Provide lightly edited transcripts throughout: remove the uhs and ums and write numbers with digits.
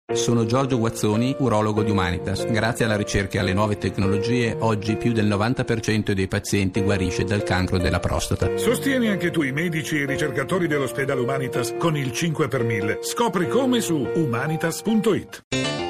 Sono Giorgio Guazzoni, urologo di Humanitas. Grazie alla ricerca e alle nuove tecnologie, oggi più del 90% dei pazienti guarisce dal cancro della prostata. Sostieni anche tu i medici e i ricercatori dell'ospedale Humanitas con il 5 per 1000. Scopri come su humanitas.it.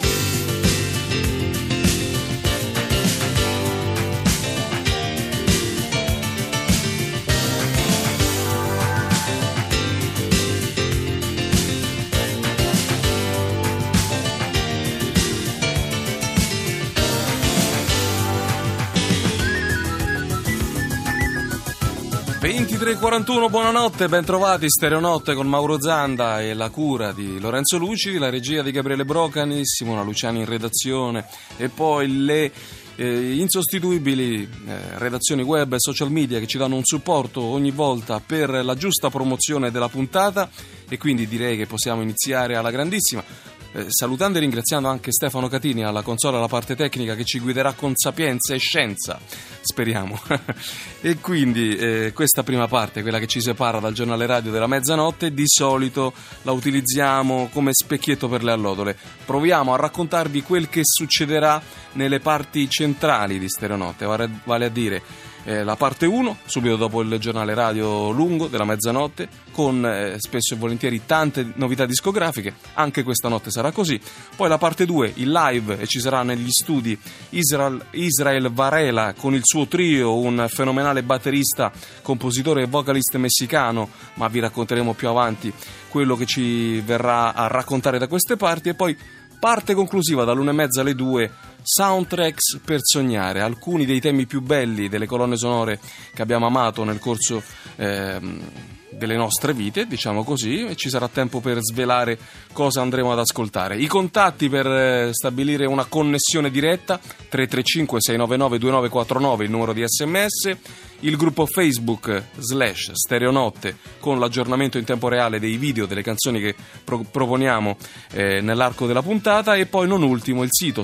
(23:41), buonanotte, ben trovati. Stereonotte con Mauro Zanda e la cura di Lorenzo Lucidi, la regia di Gabriele Brocani, Simona Luciani in redazione e poi le insostituibili redazioni web e social media che ci danno un supporto ogni volta per la giusta promozione della puntata, e quindi direi che possiamo iniziare alla grandissima. Salutando e ringraziando anche Stefano Catini alla console, alla parte tecnica, che ci guiderà con sapienza e scienza, speriamo. E quindi questa prima parte, quella che ci separa dal giornale radio della mezzanotte, di solito la utilizziamo come specchietto per le allodole. Proviamo a raccontarvi quel che succederà nelle parti centrali di Stereonotte, vale a dire la parte 1, subito dopo il giornale radio lungo della mezzanotte, con spesso e volentieri tante novità discografiche, anche questa notte sarà così. Poi la parte 2, il live, e ci sarà negli studi Israel Varela con il suo trio, un fenomenale batterista, compositore e vocalist messicano, ma vi racconteremo più avanti quello che ci verrà a raccontare da queste parti. E poi parte conclusiva dall'1:30 alle 2, soundtracks per sognare, alcuni dei temi più belli delle colonne sonore che abbiamo amato nel corso delle nostre vite, diciamo così, e ci sarà tempo per svelare cosa andremo ad ascoltare. I contatti per stabilire una connessione diretta: 335 699 2949, il numero di SMS, il gruppo Facebook /Stereonotte con l'aggiornamento in tempo reale dei video delle canzoni che proponiamo nell'arco della puntata, e poi non ultimo il sito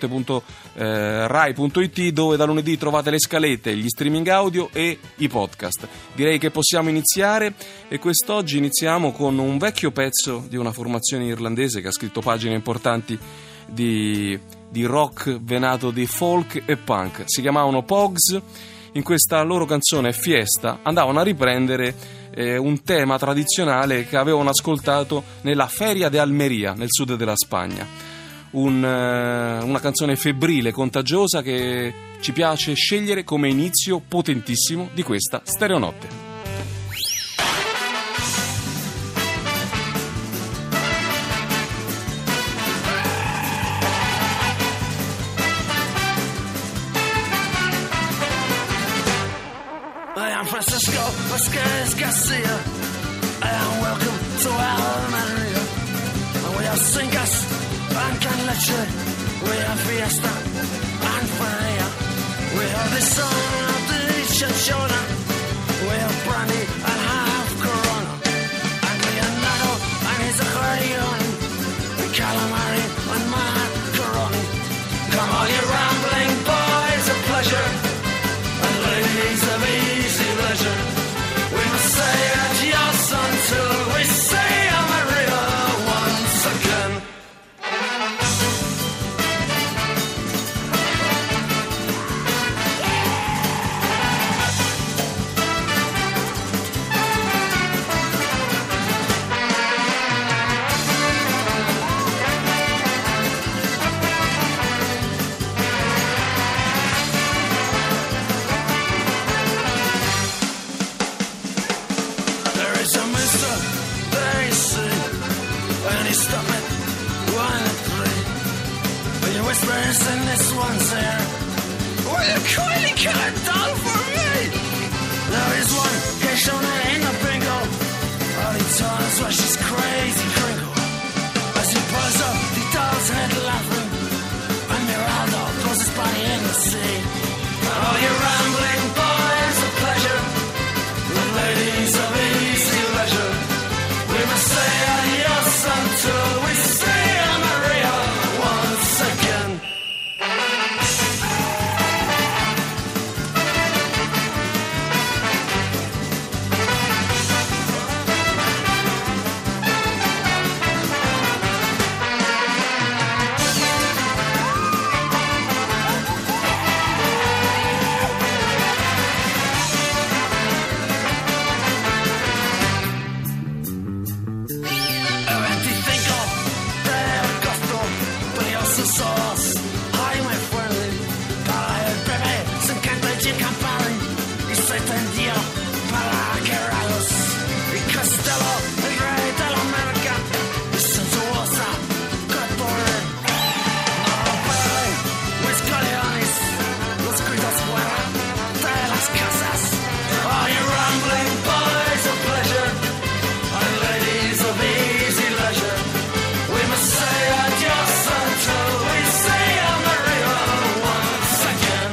stereonotte.rai.it, dove da lunedì trovate le scalette, gli streaming audio e i podcast. Direi che possiamo iniziare, e quest'oggi iniziamo con un vecchio pezzo di una formazione irlandese che ha scritto pagine importanti di rock venato di folk e punk. Si chiamavano Pogues. In questa loro canzone Fiesta andavano a riprendere un tema tradizionale che avevano ascoltato nella Feria de Almeria, nel sud della Spagna. Una canzone febbrile, contagiosa, che ci piace scegliere come inizio potentissimo di questa Stereonotte. Francisco Vasquez Garcia, and welcome to Almeria. We have cingas and can leche, we have fiesta and feria. We have the son of the chinchona, we have brandy and half corona, and Leonardo and his accordion, we calamari and macaroni. Come all you rambling boys of pleasure, and ladies of easy leisure, we must say adios until we say Amaria once again. And this one's there. Will you kindly kill a doll for me? There is one Keshona in the bingo. All he told us was she's crazy crinkle. As he pulls up, the doll's head laughing, and Miraldo throws his body in the sea. All you rambling boys of pleasure, the ladies of easy leisure, we must say adios until we say Amaria once again. susurros. Ay, muy fuerte, para el bebé se encanta de Campari y se tendió para que rayos. Y Costello, el rey de la América, y sensuosa, good for it. No, baby, Luis Corleones, los gritos fuera de las casas. Are you rambling boys of pleasure and ladies of easy leisure? We must say adios until we say Amarillo once again.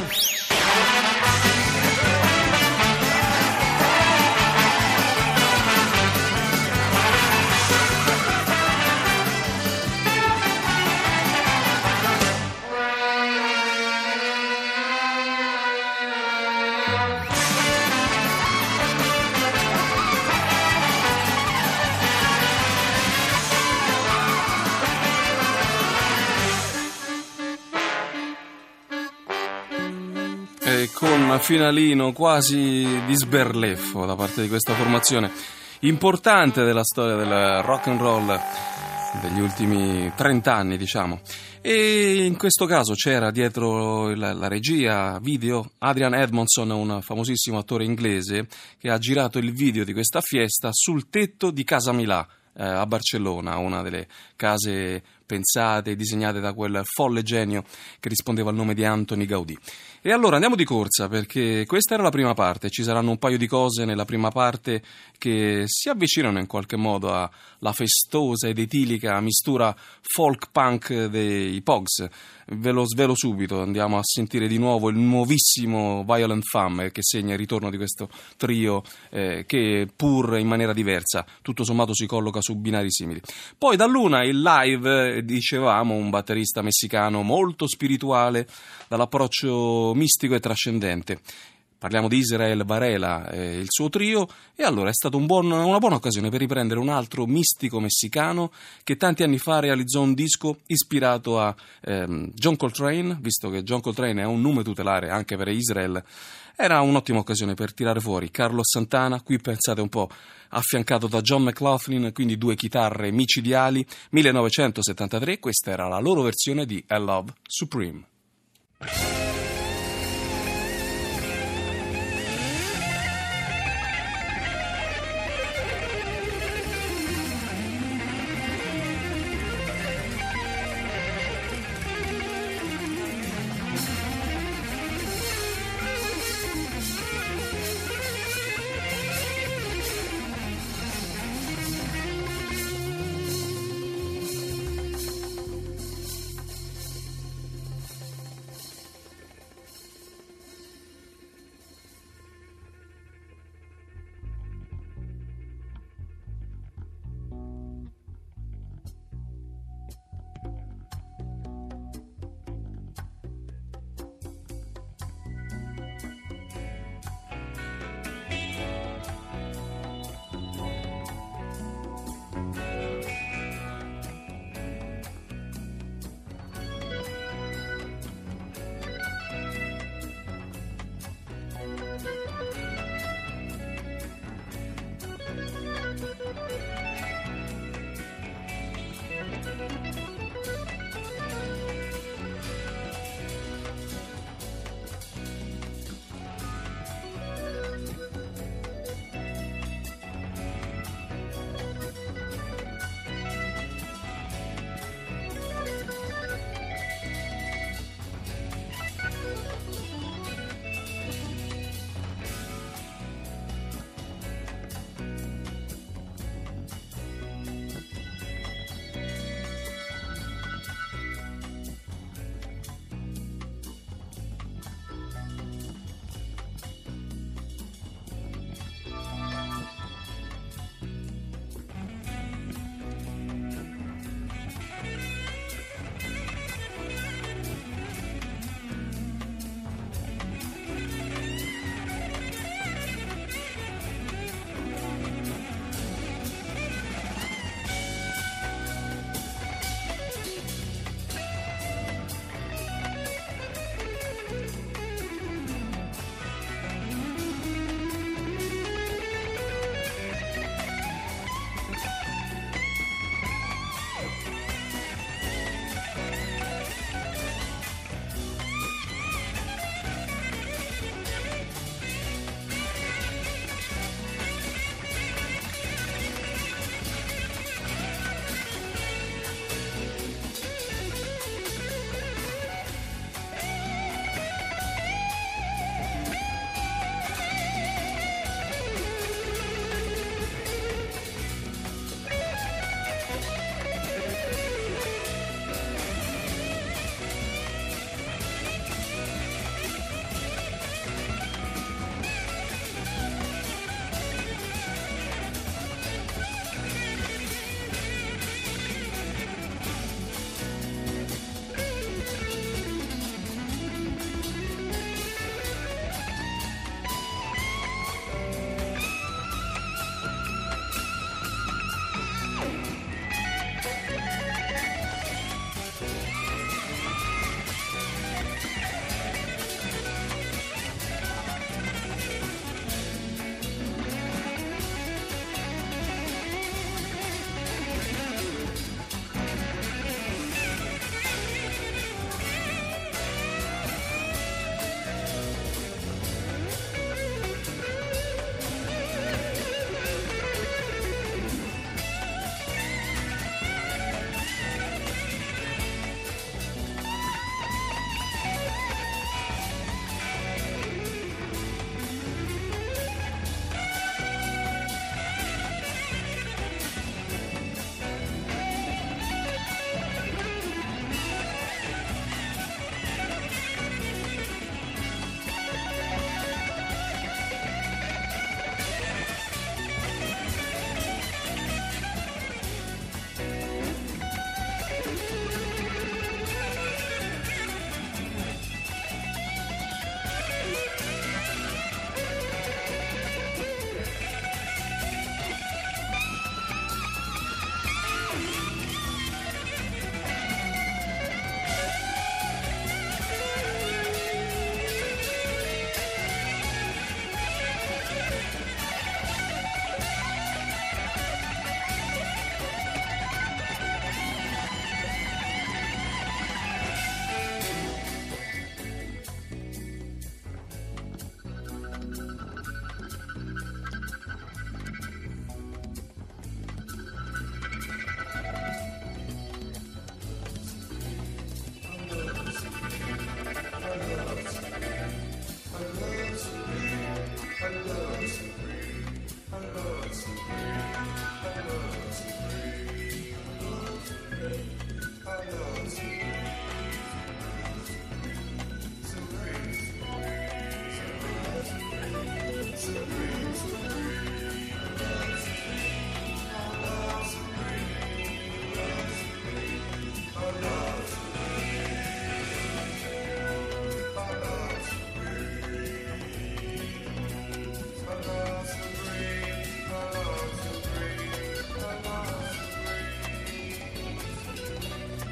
Con finalino quasi di sberleffo da parte di questa formazione importante della storia del rock and roll degli ultimi 30 anni, diciamo. E in questo caso c'era dietro la regia video Adrian Edmondson, un famosissimo attore inglese che ha girato il video di questa fiesta sul tetto di Casa Milà a Barcellona, una delle case pensate e disegnate da quel folle genio che rispondeva al nome di Antoni Gaudì. E allora andiamo di corsa, perché questa era la prima parte, ci saranno un paio di cose nella prima parte che si avvicinano in qualche modo alla festosa ed etilica mistura folk punk dei Pogues. Ve lo svelo subito, andiamo a sentire di nuovo il nuovissimo Violent Femmes che segna il ritorno di questo trio che pur in maniera diversa tutto sommato si colloca su binari simili. Poi da Luna il live, dicevamo, un batterista messicano molto spirituale dall'approccio mistico e trascendente. Parliamo di Israel Varela e il suo trio, e allora è stata una buona occasione per riprendere un altro mistico messicano che tanti anni fa realizzò un disco ispirato a John Coltrane, visto che John Coltrane è un nome tutelare anche per Israel. Era un'ottima occasione per tirare fuori Carlos Santana, qui pensate un po', affiancato da John McLaughlin, quindi due chitarre micidiali, 1973, questa era la loro versione di I Love Supreme.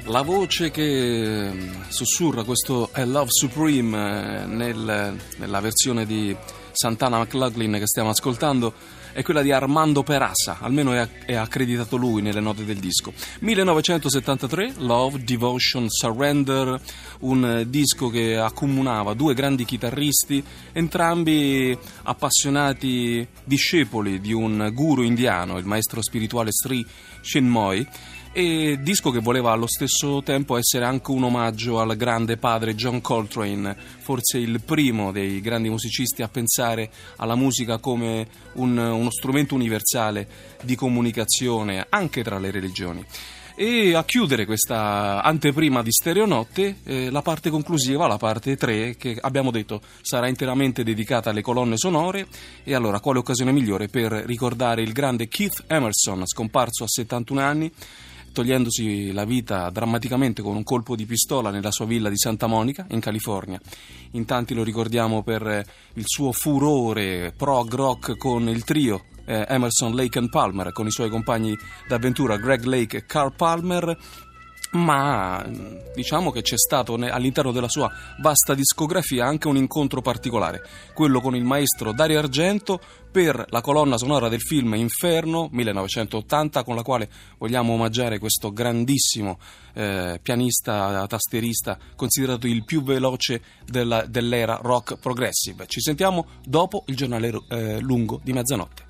La voce che sussurra questo I Love Supreme nella versione di Santana McLaughlin che stiamo ascoltando è quella di Armando Perassa, almeno è accreditato lui nelle note del disco. 1973, Love, Devotion, Surrender, un disco che accomunava due grandi chitarristi, entrambi appassionati discepoli di un guru indiano, il maestro spirituale Sri Chinmoy, e disco che voleva allo stesso tempo essere anche un omaggio al grande padre John Coltrane, forse il primo dei grandi musicisti a pensare alla musica come uno strumento universale di comunicazione anche tra le religioni. E a chiudere questa anteprima di Stereonotte la parte conclusiva, la parte 3, che abbiamo detto sarà interamente dedicata alle colonne sonore. E allora quale occasione migliore per ricordare il grande Keith Emerson, scomparso a 71 anni, togliendosi la vita drammaticamente con un colpo di pistola nella sua villa di Santa Monica, in California. In tanti lo ricordiamo per il suo furore prog rock con il trio Emerson, Lake and Palmer, con i suoi compagni d'avventura Greg Lake e Carl Palmer, ma diciamo che c'è stato all'interno della sua vasta discografia anche un incontro particolare, quello con il maestro Dario Argento per la colonna sonora del film Inferno 1980, con la quale vogliamo omaggiare questo grandissimo pianista, tasterista, considerato il più veloce dell'era rock progressive. Ci sentiamo dopo il giornale lungo di mezzanotte.